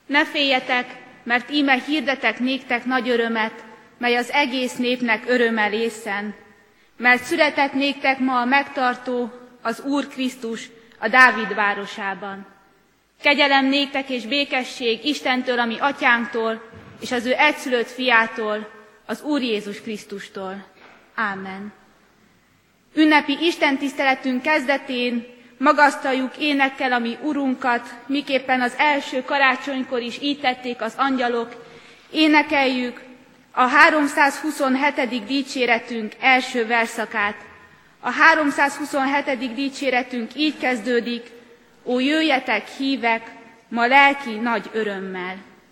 Ne féljetek, mert íme hirdetek néktek nagy örömet, mely az egész népnek öröme lészen. Mert született néktek ma a megtartó, az Úr Krisztus a Dávid városában. Kegyelem néktek és békesség Istentől, ami atyánktól, és az ő egyszülött fiától, az Úr Jézus Krisztustól. Ámen. Ünnepi istentiszteletünk kezdetén magasztaljuk énekkel a mi Urunkat, miképpen az első karácsonykor is így tették az angyalok. Énekeljük a 327. dicséretünk első verszakát. A 327. dicséretünk így kezdődik: Ó, jöjjetek hívek, ma lelki nagy örömmel.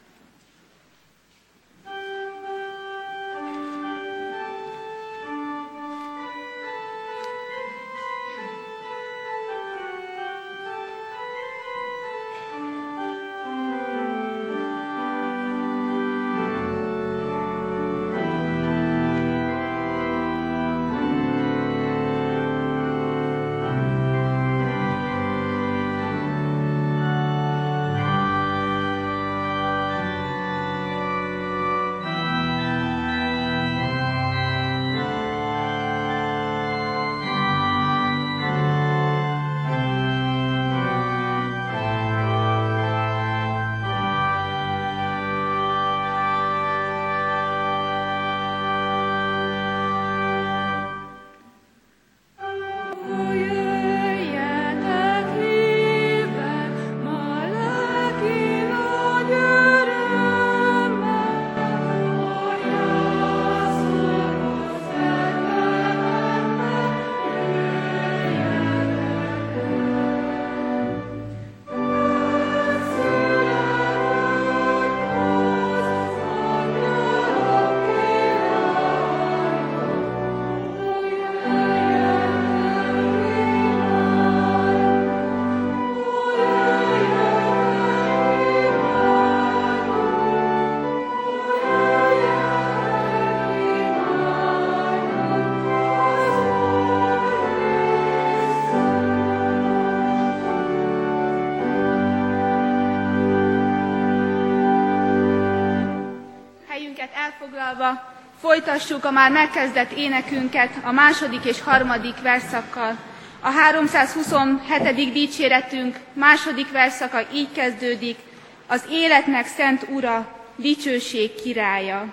Elfoglalva folytassuk a már megkezdett énekünket a második és harmadik verszakkal. A 327. dicséretünk második verszaka így kezdődik: Az életnek szent Ura, dicsőség királya.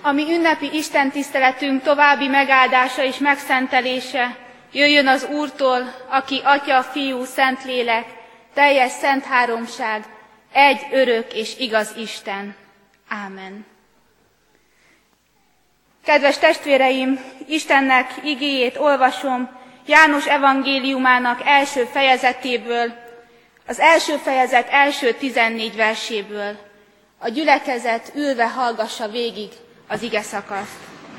A mi ünnepi istentiszteletünk további megáldása és megszentelése jöjjön az Úrtól, aki Atya, Fiú, Szentlélek, teljes szent háromság, egy örök és igaz Isten. Ámen. Kedves testvéreim, Istennek igéjét olvasom János evangéliumának első fejezetéből, az első fejezet első 14 verséből. A gyülekezet ülve hallgassa végig az igeszakaszt.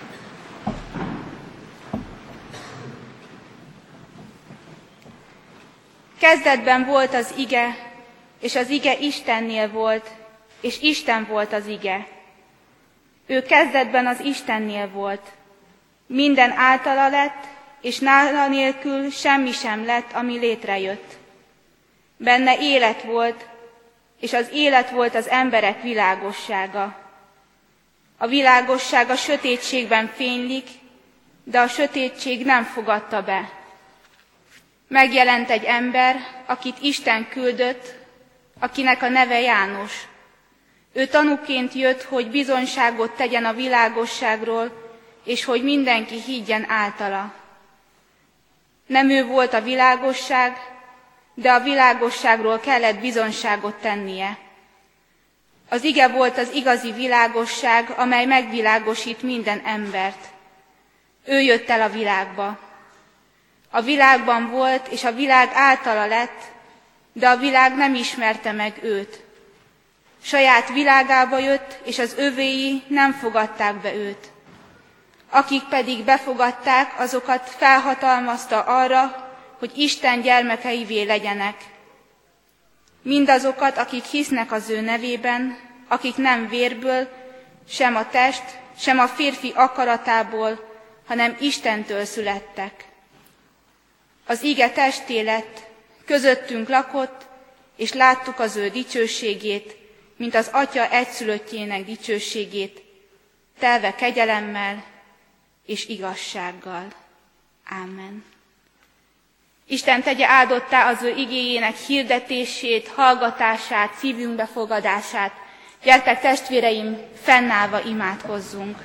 Kezdetben volt az ige, és az ige Istennél volt, és Isten volt az ige. Ő kezdetben az Istennél volt. Minden általa lett, és nála nélkül semmi sem lett, ami létrejött. Benne élet volt, és az élet volt az emberek világossága. A világosság a sötétségben fénylik, de a sötétség nem fogadta be. Megjelent egy ember, akit Isten küldött, akinek a neve János. Ő tanúként jött, hogy bizonyságot tegyen a világosságról, és hogy mindenki higgyen általa. Nem ő volt a világosság, de a világosságról kellett bizonyságot tennie. Az ige volt az igazi világosság, amely megvilágosít minden embert. Ő jött el a világba. A világban volt, és a világ általa lett, de a világ nem ismerte meg őt. Saját világába jött, és az övéi nem fogadták be őt. Akik pedig befogadták, azokat felhatalmazta arra, hogy Isten gyermekeivé legyenek. Mindazokat, akik hisznek az ő nevében, akik nem vérből, sem a test, sem a férfi akaratából, hanem Istentől születtek. Az ige testé lett, közöttünk lakott, és láttuk az ő dicsőségét, mint az Atya egyszülöttjének dicsőségét, telve kegyelemmel és igazsággal. Ámen. Isten tegye áldottá az ő igéjének hirdetését, hallgatását, szívünkbe fogadását. Gyertek testvéreim, fennállva imádkozzunk.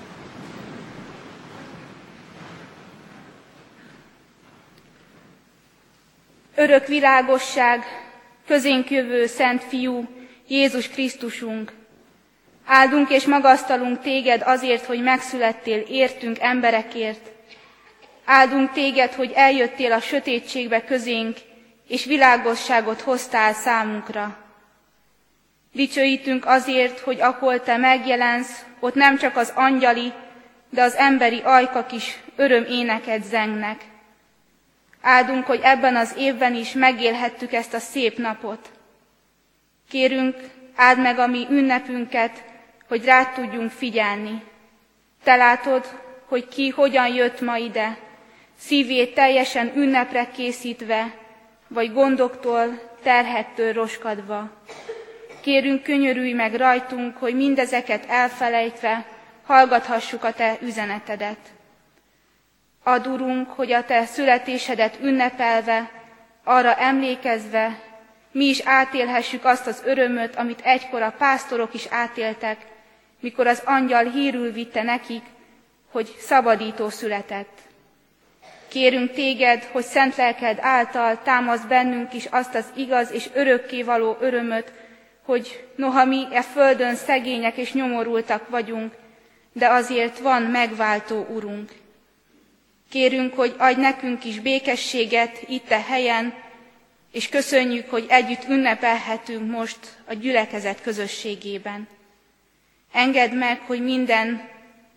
Örök világosság, közénk jövő Szent Fiú, Jézus Krisztusunk, áldunk és magasztalunk téged azért, hogy megszülettél értünk emberekért. Áldunk téged, hogy eljöttél a sötétségbe közénk, és világosságot hoztál számunkra. Dicsőítünk azért, hogy ahol te megjelensz, ott nem csak az angyali, de az emberi ajkak is öröméneket zengnek. Áldunk, hogy ebben az évben is megélhettük ezt a szép napot. Kérünk, áld meg a mi ünnepünket, hogy rád tudjunk figyelni. Te látod, hogy ki hogyan jött ma ide, szívét teljesen ünnepre készítve, vagy gondoktól, terhettől roskadva. Kérünk, könyörülj meg rajtunk, hogy mindezeket elfelejtve hallgathassuk a te üzenetedet. Add, Urunk, hogy a te születésedet ünnepelve, arra emlékezve, mi is átélhessük azt az örömöt, amit egykor a pásztorok is átéltek, mikor az angyal hírül vitte nekik, hogy szabadító született. Kérünk téged, hogy szent lelked által támasz bennünk is azt az igaz és örökkévaló örömöt, hogy noha mi e földön szegények és nyomorultak vagyunk, de azért van megváltó Urunk. Kérünk, hogy adj nekünk is békességet itt a helyen, és köszönjük, hogy együtt ünnepelhetünk most a gyülekezet közösségében. Engedd meg, hogy minden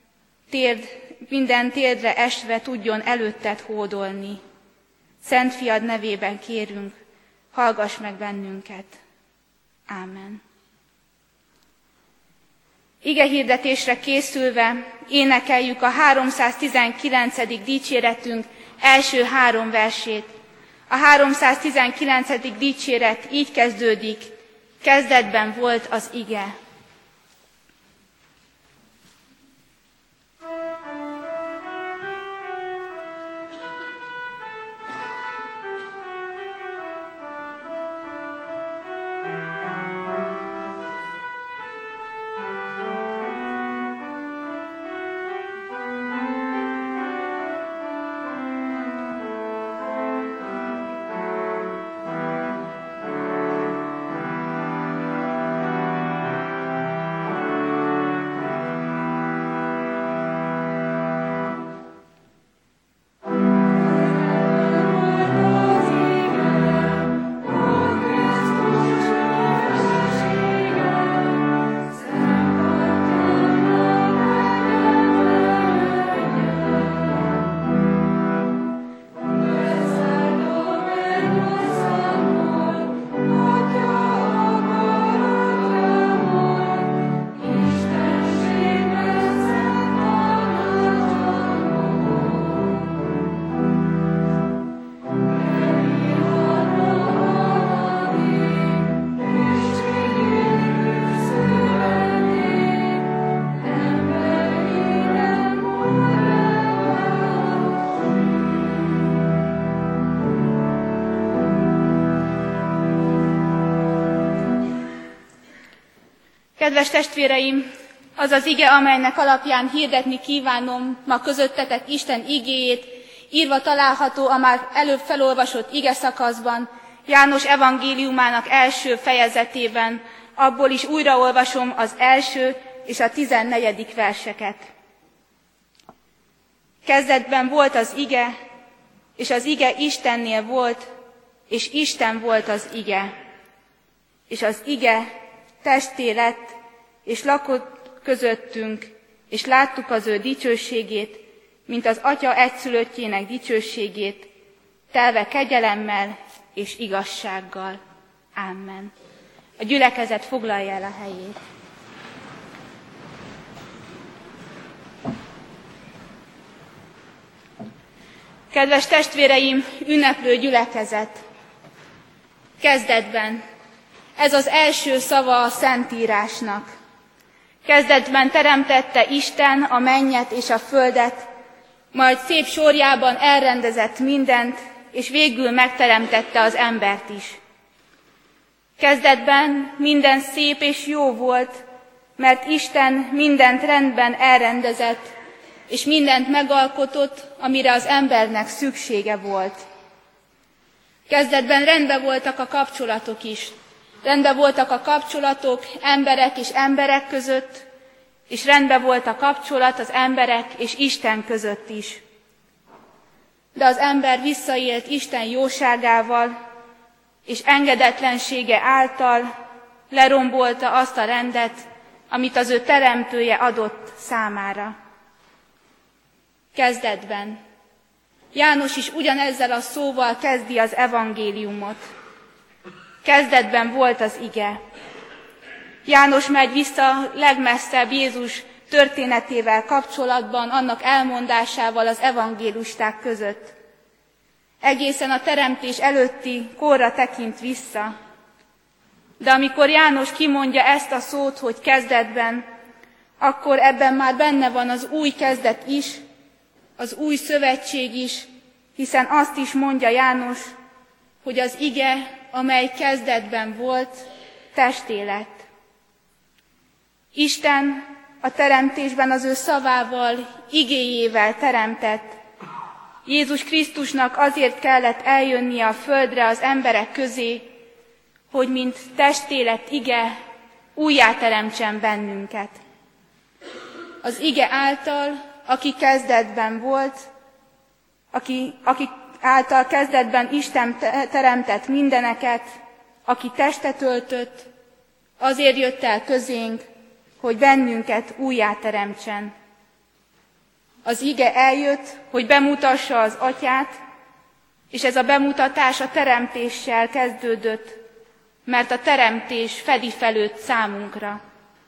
térdre esve tudjon előtted hódolni. Szent Fiad nevében kérünk, hallgass meg bennünket. Ámen. Igehirdetésre készülve énekeljük a 319. dicséretünk első 3 versét. A 319. dicséret így kezdődik: kezdetben volt az ige. Kedves testvéreim, az az ige, amelynek alapján hirdetni kívánom ma közöttetek Isten igéjét, írva található a már előbb felolvasott ige szakaszban, János evangéliumának első fejezetében, abból is újraolvasom az első és a 14. verseket. Kezdetben volt az ige, és az ige Istennél volt, és Isten volt az ige. És az ige testé lett, és lakott közöttünk, és láttuk az ő dicsőségét, mint az Atya egyszülöttjének dicsőségét, telve kegyelemmel és igazsággal. Amen. A gyülekezet foglalja el a helyét. Kedves testvéreim, ünneplő gyülekezet! Kezdetben. Ez az első szava a Szentírásnak. Kezdetben teremtette Isten a mennyet és a földet, majd szép sorjában elrendezett mindent, és végül megteremtette az embert is. Kezdetben minden szép és jó volt, mert Isten mindent rendben elrendezett, és mindent megalkotott, amire az embernek szüksége volt. Kezdetben rendben voltak a kapcsolatok is. Rendben voltak a kapcsolatok emberek és emberek között, és rendben volt a kapcsolat az emberek és Isten között is. De az ember visszaélt Isten jóságával, és engedetlensége által lerombolta azt a rendet, amit az ő teremtője adott számára. Kezdetben. János is ugyanezzel a szóval kezdi az evangéliumot. Kezdetben volt az ige. János megy vissza legmesszebb Jézus történetével kapcsolatban, annak elmondásával az evangélisták között. Egészen a teremtés előtti korra tekint vissza. De amikor János kimondja ezt a szót, hogy kezdetben, akkor ebben már benne van az új kezdet is, az új szövetség is, hiszen azt is mondja János, hogy az ige, amely kezdetben volt, testé lett. Isten a teremtésben az ő szavával, igéjével teremtett. Jézus Krisztusnak azért kellett eljönnie a földre az emberek közé, hogy mint testé lett ige, újjáteremtsen bennünket. Az ige által, aki kezdetben volt, aki által kezdetben Isten teremtett mindeneket, aki testet öltött, azért jött el közénk, hogy bennünket újjáteremtsen. Az ige eljött, hogy bemutassa az Atyát, és ez a bemutatás a teremtéssel kezdődött, mert a teremtés fedi fel őt számunkra.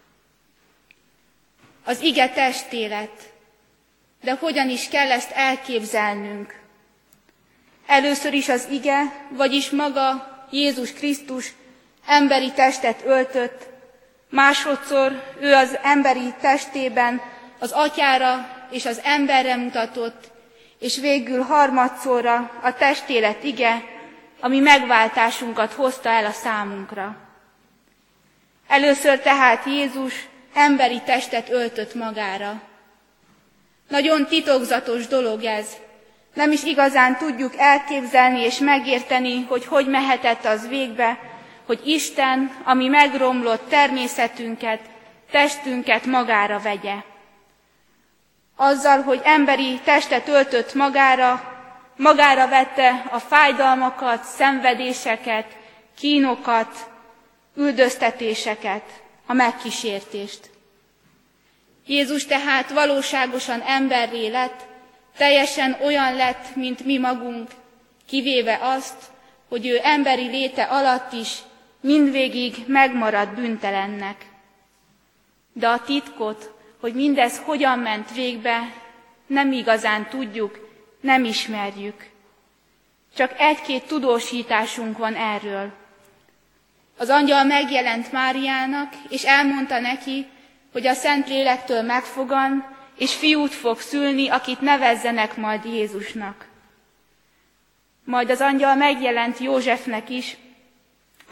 Az ige testé lett, de hogyan is kell ezt elképzelnünk? Először is az ige, vagyis maga Jézus Krisztus emberi testet öltött, másodszor ő az emberi testében az Atyára és az emberre mutatott, és végül harmadszorra a testé lett ige, ami megváltásunkat hozta el a számunkra. Először tehát Jézus emberi testet öltött magára. Nagyon titokzatos dolog ez. Nem is igazán tudjuk elképzelni és megérteni, hogy mehetett az végbe, hogy Isten, ami megromlott természetünket, testünket magára vegye. Azzal, hogy emberi testet öltött magára vette a fájdalmakat, szenvedéseket, kínokat, üldöztetéseket, a megkísértést. Jézus tehát valóságosan emberré lett, teljesen olyan lett, mint mi magunk, kivéve azt, hogy ő emberi léte alatt is mindvégig megmaradt bűntelennek. De a titkot, hogy mindez hogyan ment végbe, nem igazán tudjuk, nem ismerjük. Csak egy-két tudósításunk van erről. Az angyal megjelent Máriának, és elmondta neki, hogy a Szentlélektől megfogan, és fiút fog szülni, akit nevezzenek majd Jézusnak. Majd az angyal megjelent Józsefnek is,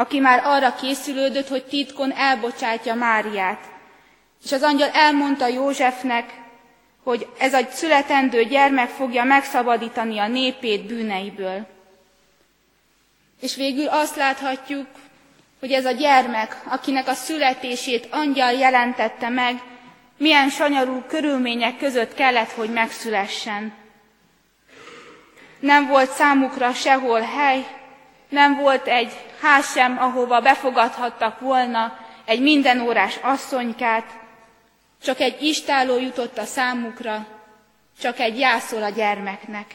aki már arra készülődött, hogy titkon elbocsátja Máriát. És az angyal elmondta Józsefnek, hogy ez a születendő gyermek fogja megszabadítani a népét bűneiből. És végül azt láthatjuk, hogy ez a gyermek, akinek a születését angyal jelentette meg, milyen sanyarú körülmények között kellett, hogy megszülessen. Nem volt számukra sehol hely, nem volt egy ház sem, ahova befogadhattak volna egy mindenórás asszonykát, csak egy istálló jutott a számukra, csak egy jászol a gyermeknek.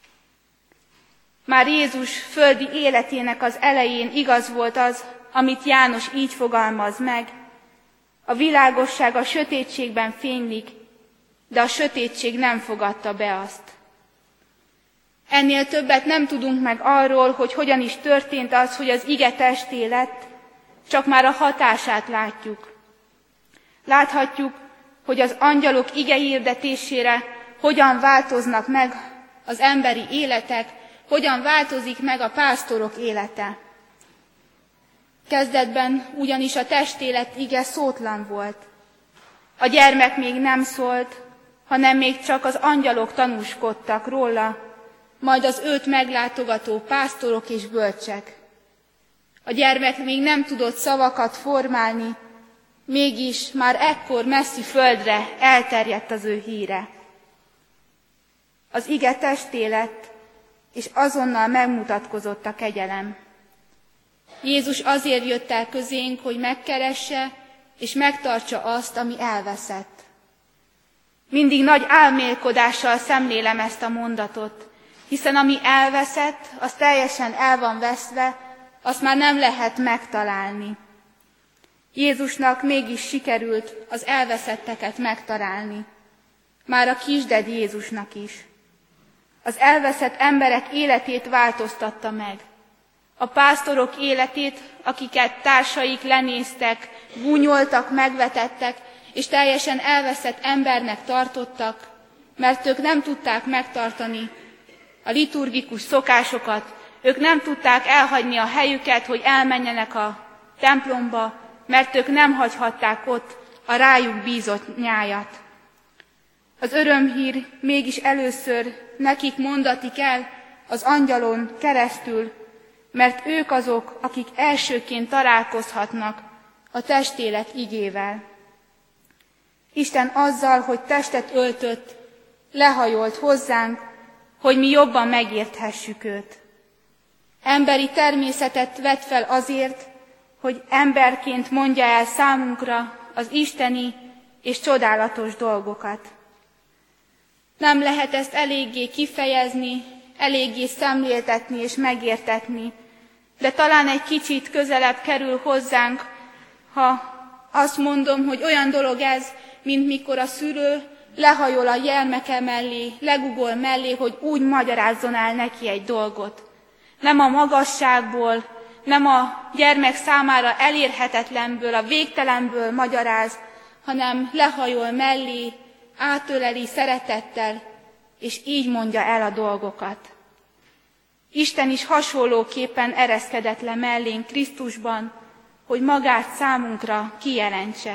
Már Jézus földi életének az elején igaz volt az, amit János így fogalmaz meg: a világosság a sötétségben fénylik, de a sötétség nem fogadta be azt. Ennél többet nem tudunk meg arról, hogy hogyan is történt az, hogy az ige testé lett, csak már a hatását látjuk. Láthatjuk, hogy az angyalok ige hirdetésére hogyan változnak meg az emberi életek, hogyan változik meg a pásztorok élete. Kezdetben ugyanis a testélet ige szótlan volt. A gyermek még nem szólt, hanem még csak az angyalok tanúskodtak róla, majd az őt meglátogató pásztorok és bölcsek. A gyermek még nem tudott szavakat formálni, mégis már ekkor messzi földre elterjedt az ő híre. Az ige testé lett, és azonnal megmutatkozott a kegyelem. Jézus azért jött el közénk, hogy megkeresse és megtartsa azt, ami elveszett. Mindig nagy álmélkodással szemlélem ezt a mondatot, hiszen ami elveszett, az teljesen el van veszve, azt már nem lehet megtalálni. Jézusnak mégis sikerült az elveszetteket megtalálni, már a kisded Jézusnak is. Az elveszett emberek életét változtatta meg. A pásztorok életét, akiket társaik lenéztek, gúnyoltak, megvetettek, és teljesen elveszett embernek tartottak, mert ők nem tudták megtartani a liturgikus szokásokat, ők nem tudták elhagyni a helyüket, hogy elmenjenek a templomba, mert ők nem hagyhatták ott a rájuk bízott nyájat. Az örömhír mégis először nekik mondatik el az angyalon keresztül, mert ők azok, akik elsőként találkozhatnak a testélet igével. Isten azzal, hogy testet öltött, lehajolt hozzánk, hogy mi jobban megérthessük őt. Emberi természetet vett fel azért, hogy emberként mondja el számunkra az isteni és csodálatos dolgokat. Nem lehet ezt eléggé kifejezni, eléggé szemléltetni és megértetni, de talán egy kicsit közelebb kerül hozzánk, ha azt mondom, hogy olyan dolog ez, mint mikor a szülő lehajol a gyermeke mellé, legugol mellé, hogy úgy magyarázzon el neki egy dolgot. Nem a magasságból, nem a gyermek számára elérhetetlenből, a végtelenből magyaráz, hanem lehajol mellé, átöleli szeretettel, és így mondja el a dolgokat. Isten is hasonlóképpen ereszkedett le mellénk Krisztusban, hogy magát számunkra kijelentse.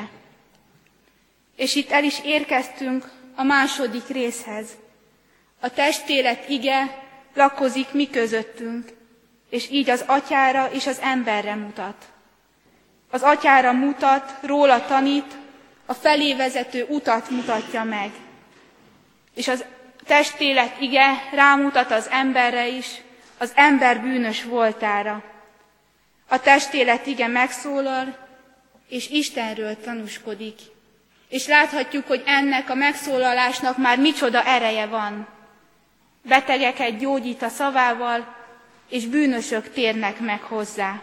És itt el is érkeztünk a második részhez. A testélet ige lakozik mi közöttünk, és így az atyára és az emberre mutat. Az atyára mutat, róla tanít, a felé vezető utat mutatja meg. És az testélet ige rámutat az emberre is, az ember bűnös voltára. A testélet ige megszólal, és Istenről tanúskodik. És láthatjuk, hogy ennek a megszólalásnak már micsoda ereje van. Betegeket gyógyít a szavával, és bűnösök térnek meg hozzá.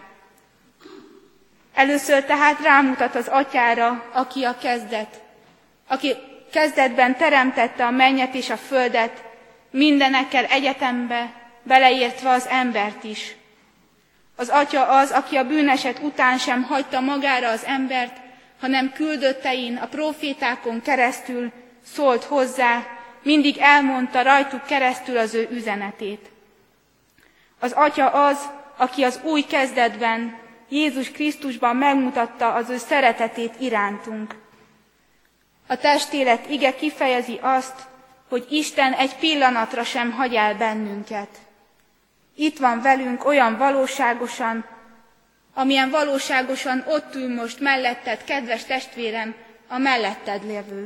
Először tehát rámutat az atyára, aki a kezdet, aki kezdetben teremtette a mennyet és a földet, mindenekkel egyetembe, beleértve az embert is. Az atya az, aki a bűneset után sem hagyta magára az embert, hanem küldöttein, a prófétákon keresztül szólt hozzá, mindig elmondta rajtuk keresztül az ő üzenetét. Az atya az, aki az új kezdetben Jézus Krisztusban megmutatta az ő szeretetét irántunk. A testélet ige kifejezi azt, hogy Isten egy pillanatra sem hagy el bennünket. Itt van velünk olyan valóságosan, amilyen valóságosan ott ül most melletted, kedves testvérem, a melletted lévő.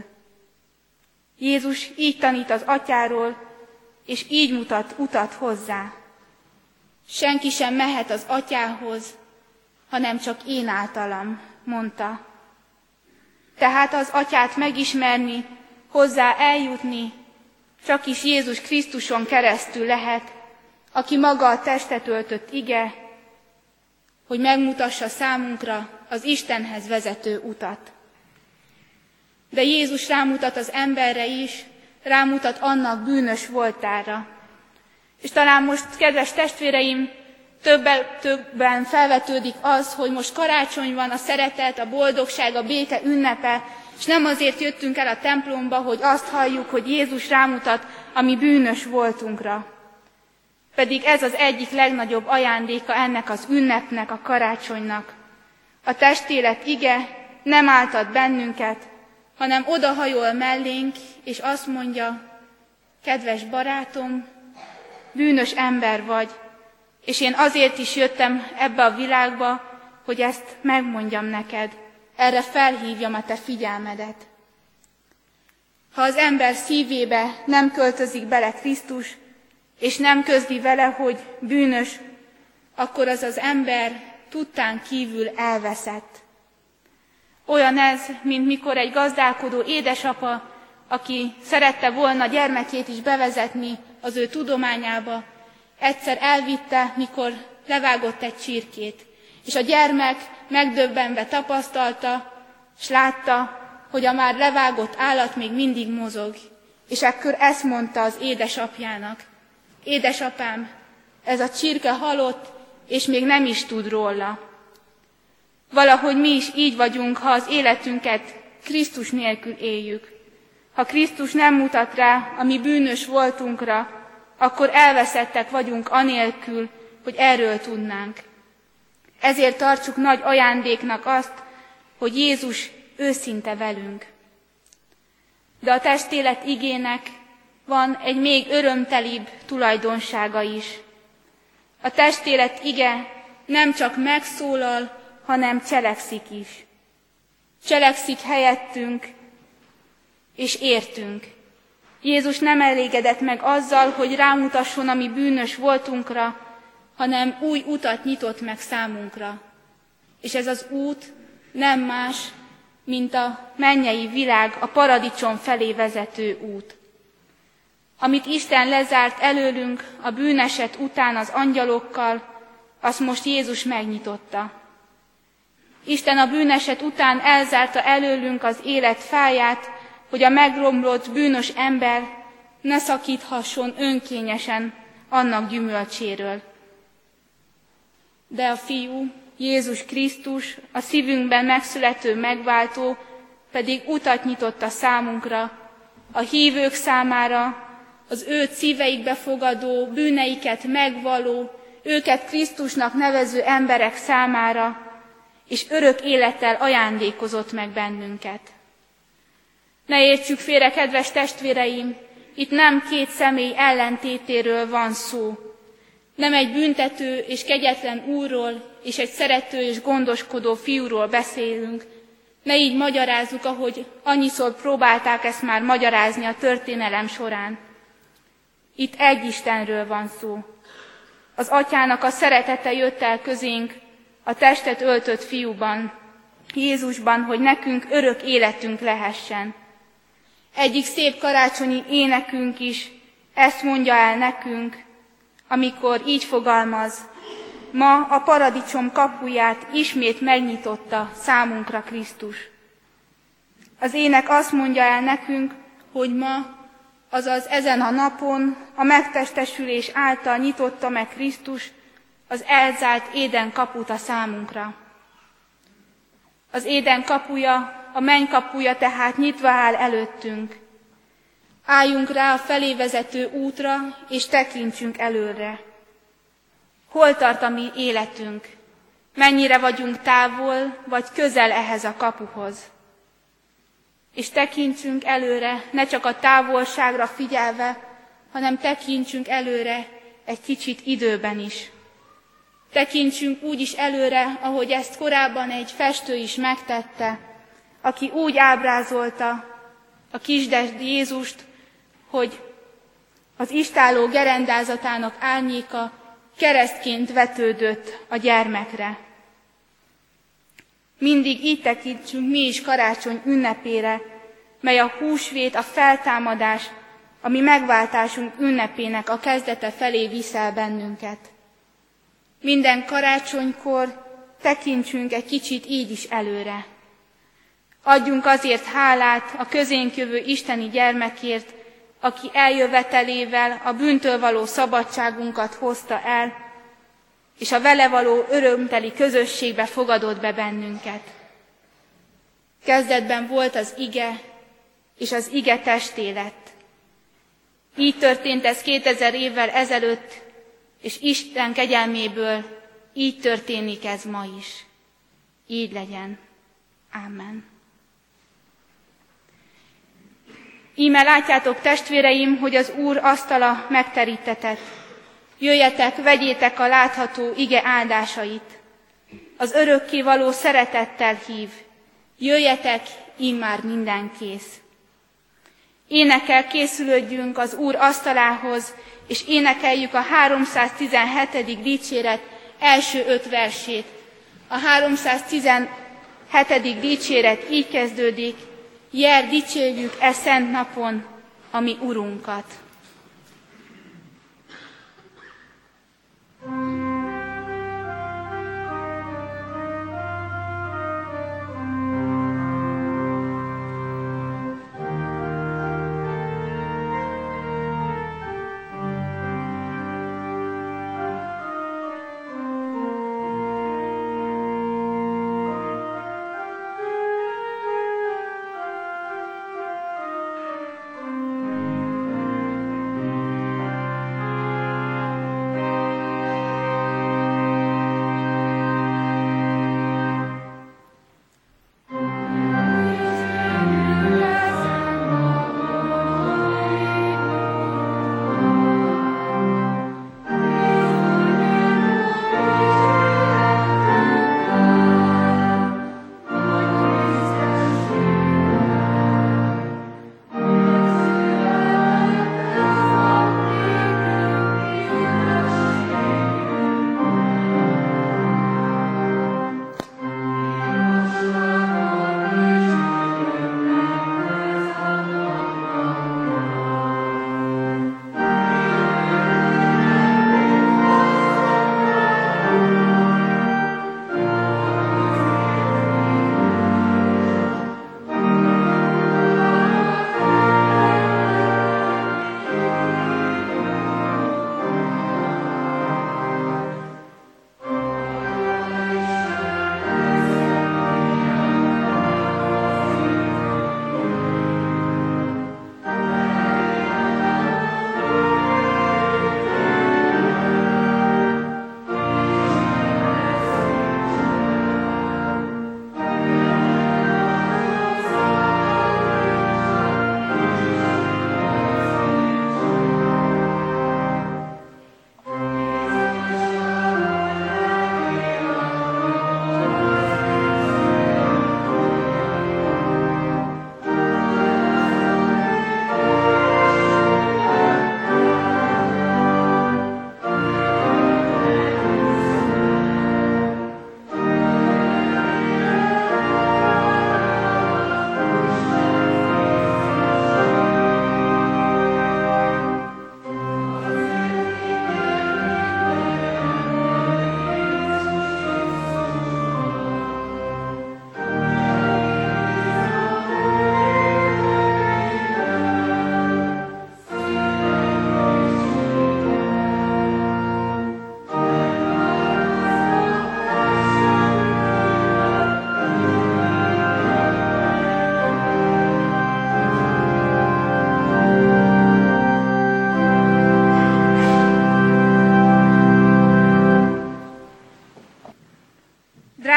Jézus így tanít az Atyáról, és így mutat utat hozzá. Senki sem mehet az Atyához, hanem csak én általam, mondta. Tehát az Atyát megismerni, hozzá eljutni, csak is Jézus Krisztuson keresztül lehet, aki maga a testet öltött ige, hogy megmutassa számunkra az Istenhez vezető utat. De Jézus rámutat az emberre is, rámutat annak bűnös voltára. És talán most, kedves testvéreim, többen felvetődik az, hogy most karácsony van, a szeretet, a boldogság, a béke ünnepe, és nem azért jöttünk el a templomba, hogy azt halljuk, hogy Jézus rámutat a mi bűnös voltunkra. Pedig ez az egyik legnagyobb ajándéka ennek az ünnepnek, a karácsonynak. A testélet ige nem áltat bennünket, hanem odahajol mellénk, és azt mondja, kedves barátom, bűnös ember vagy, és én azért is jöttem ebbe a világba, hogy ezt megmondjam neked, erre felhívjam a te figyelmedet. Ha az ember szívébe nem költözik bele Krisztus, és nem közli vele, hogy bűnös, akkor az az ember tudtán kívül elveszett. Olyan ez, mint mikor egy gazdálkodó édesapa, aki szerette volna gyermekét is bevezetni az ő tudományába, egyszer elvitte, mikor levágott egy csirkét, és a gyermek megdöbbenve tapasztalta, s látta, hogy a már levágott állat még mindig mozog, és ekkor ezt mondta az édesapjának, édesapám, ez a csirke halott, és még nem is tud róla. Valahogy mi is így vagyunk, ha az életünket Krisztus nélkül éljük. Ha Krisztus nem mutat rá a mi bűnös voltunkra, akkor elveszettek vagyunk anélkül, hogy erről tudnánk. Ezért tartsuk nagy ajándéknak azt, hogy Jézus őszinte velünk. De a testélet igének van egy még örömtelibb tulajdonsága is. A testélet ige nem csak megszólal, hanem cselekszik is. Cselekszik helyettünk és értünk. Jézus nem elégedett meg azzal, hogy rámutasson a mi bűnös voltunkra, hanem új utat nyitott meg számunkra. És ez az út nem más, mint a mennyei világ, a paradicsom felé vezető út. Amit Isten lezárt előlünk a bűneset után az angyalokkal, azt most Jézus megnyitotta. Isten a bűneset után elzárta előlünk az élet fáját, hogy a megromlott bűnös ember ne szakíthasson önkényesen annak gyümölcséről. De a Fiú, Jézus Krisztus, a szívünkben megszülető megváltó pedig utat nyitott a számunkra, a hívők számára, az ő szíveikbe fogadó, bűneiket megvaló, őket Krisztusnak nevező emberek számára, és örök élettel ajándékozott meg bennünket. Ne értsük félre, kedves testvéreim, itt nem két személy ellentétéről van szó. Nem egy büntető és kegyetlen úrról és egy szerető és gondoskodó fiúról beszélünk. Ne így magyarázzuk, ahogy annyiszor próbálták ezt már magyarázni a történelem során. Itt egy Istenről van szó. Az Atyának a szeretete jött el közénk a testet öltött fiúban, Jézusban, hogy nekünk örök életünk lehessen. Egyik szép karácsonyi énekünk is ezt mondja el nekünk, amikor így fogalmaz, ma a paradicsom kapuját ismét megnyitotta számunkra Krisztus. Az ének azt mondja el nekünk, hogy ma, azaz ezen a napon a megtestesülés által nyitotta meg Krisztus az elzárt Éden kaput a számunkra. Az Éden kapuja, a menny kapuja tehát nyitva áll előttünk. Álljunk rá a felé vezető útra, és tekintsünk előre. Hol tart a mi életünk? mennyire vagyunk távol vagy közel ehhez a kapuhoz. És tekintsünk előre, ne csak a távolságra figyelve, hanem tekintsünk előre egy kicsit időben is. Tekintsünk úgy is előre, ahogy ezt korábban egy festő is megtette, aki úgy ábrázolta a kisdesd Jézust, hogy az istálló gerendázatának árnyéka keresztként vetődött a gyermekre. Mindig így tekintsünk mi is karácsony ünnepére, mely a húsvét, a feltámadás, a mi megváltásunk ünnepének a kezdete felé viszel bennünket. Minden karácsonykor tekintsünk egy kicsit így is előre. Adjunk azért hálát a közénk jövő isteni gyermekért, aki eljövetelével a bűntől való szabadságunkat hozta el, és a vele való örömteli közösségbe fogadott be bennünket. Kezdetben volt az ige, és az ige testé lett. Így történt ez 2000 évvel ezelőtt, és Isten kegyelméből így történik ez ma is. Így legyen. Ámen. Íme látjátok, testvéreim, hogy az Úr asztala megterítetett. Jöjjetek, vegyétek a látható ige áldásait. Az örökké való szeretettel hív. Jöjjetek, immár minden kész. Énekkel készülődjünk az Úr asztalához, és énekeljük a 317. dicséret első 5 versét. A 317. dicséret így kezdődik: Jel, dicsérjük e szent napon a mi Urunkat.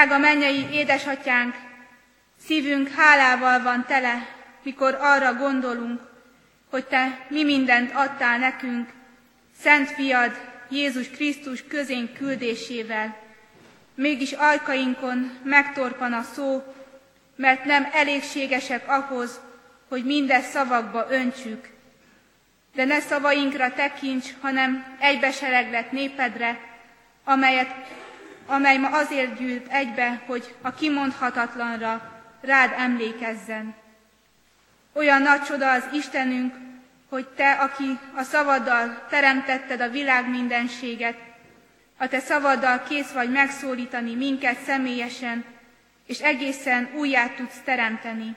Drága mennyei édesatyánk, szívünk hálával van tele, mikor arra gondolunk, hogy te mi mindent adtál nekünk, Szent Fiad Jézus Krisztus közénk küldésével. Mégis ajkainkon megtorpan a szó, mert nem elégségesek ahhoz, hogy mindezt szavakba öntsük. De ne szavainkra tekints, hanem egybesereglett népedre, amely ma azért gyűlt egybe, hogy a kimondhatatlanra rád emlékezzen. Olyan nagy csoda az Istenünk, hogy te, aki a szavaddal teremtetted a világ mindenséget, a te szavaddal kész vagy megszólítani minket személyesen, és egészen újjá tudsz teremteni.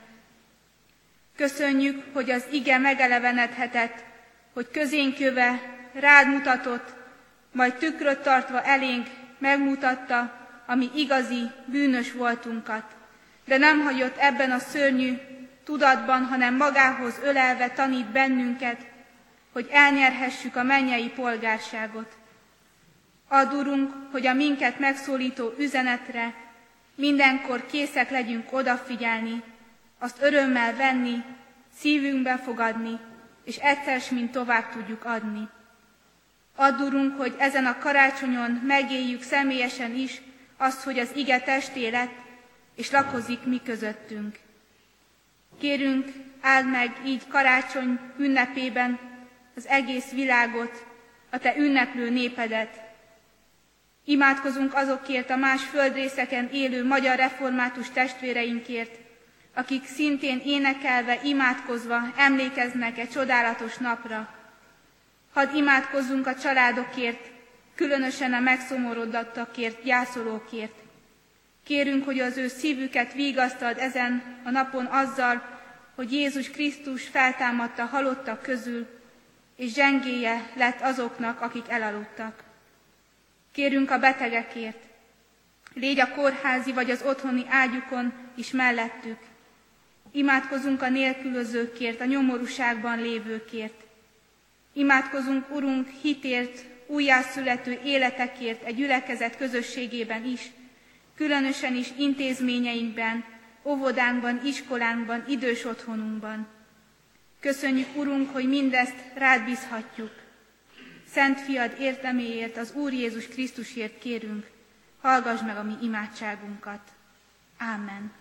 Köszönjük, hogy az ige megelevenedhetett, hogy közénk jöve rád mutatott, majd tükröt tartva elénk megmutatta a mi igazi, bűnös voltunkat. De nem hagyott ebben a szörnyű tudatban, hanem magához ölelve tanít bennünket, hogy elnyerhessük a mennyei polgárságot. Add, Urunk, hogy a minket megszólító üzenetre mindenkor készek legyünk odafigyelni, azt örömmel venni, szívünkbe fogadni, és egyszer mint tovább tudjuk adni. Add, Urunk, hogy ezen a karácsonyon megéljük személyesen is azt, hogy az ige testé lett, és lakozik mi közöttünk. Kérünk, áld meg így karácsony ünnepében az egész világot, a te ünneplő népedet. Imádkozunk azokért a más földrészeken élő magyar református testvéreinkért, akik szintén énekelve, imádkozva emlékeznek egy csodálatos napra. Hadd imádkozzunk a családokért, különösen a megszomorodottakért, gyászolókért. Kérünk, hogy az ő szívüket vigasztald ezen a napon azzal, hogy Jézus Krisztus feltámadta halottak közül, és zsengéje lett azoknak, akik elaludtak. Kérünk a betegekért, légy a kórházi vagy az otthoni ágyukon is mellettük. Imádkozunk a nélkülözőkért, a nyomorúságban lévőkért. Imádkozunk, Urunk, hitért, újjászülető életekért egy gyülekezet közösségében is, különösen is intézményeinkben, óvodánkban, iskolánkban, idős otthonunkban. Köszönjük, Urunk, hogy mindezt rád bízhatjuk. Szent Fiad érdeméért, az Úr Jézus Krisztusért kérünk, hallgass meg a mi imádságunkat. Ámen.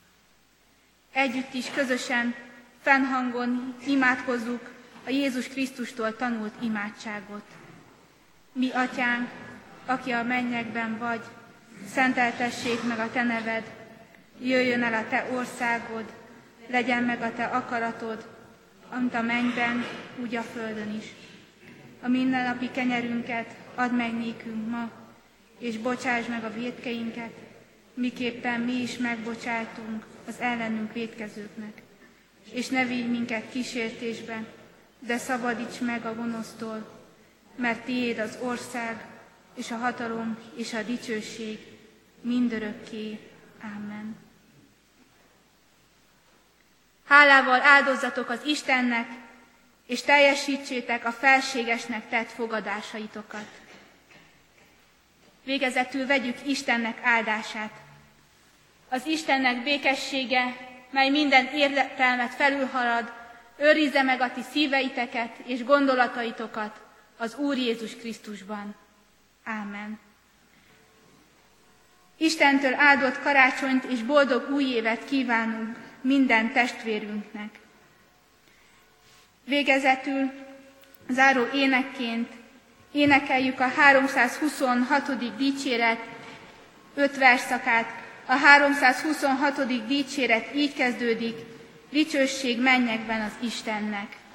Együtt is közösen, fennhangon imádkozzuk a Jézus Krisztustól tanult imádságot. Mi, Atyánk, aki a mennyekben vagy, szenteltessék meg a te neved, jöjjön el a te országod, legyen meg a te akaratod, amint a mennyben, úgy a földön is. A mindennapi kenyerünket add meg nékünk ma, és bocsásd meg a vétkeinket, miképpen mi is megbocsájtunk az ellenünk vétkezőknek. És ne vigy minket kísértésbe, de szabadíts meg a gonosztól, mert tiéd az ország, és a hatalom, és a dicsőség mindörökké. Ámen. Hálával áldozzatok az Istennek, és teljesítsétek a felségesnek tett fogadásaitokat. Végezetül vegyük Istennek áldását. Az Istennek békessége, mely minden értelmet felülhalad, őrizze meg a ti szíveiteket és gondolataitokat az Úr Jézus Krisztusban. Ámen. Istentől áldott karácsonyt és boldog új évet kívánunk minden testvérünknek. Végezetül záró énekként énekeljük a 326. dicséret 5 versszakát. A 326. dicséret így kezdődik: dicsőség mennyekben az Istennek.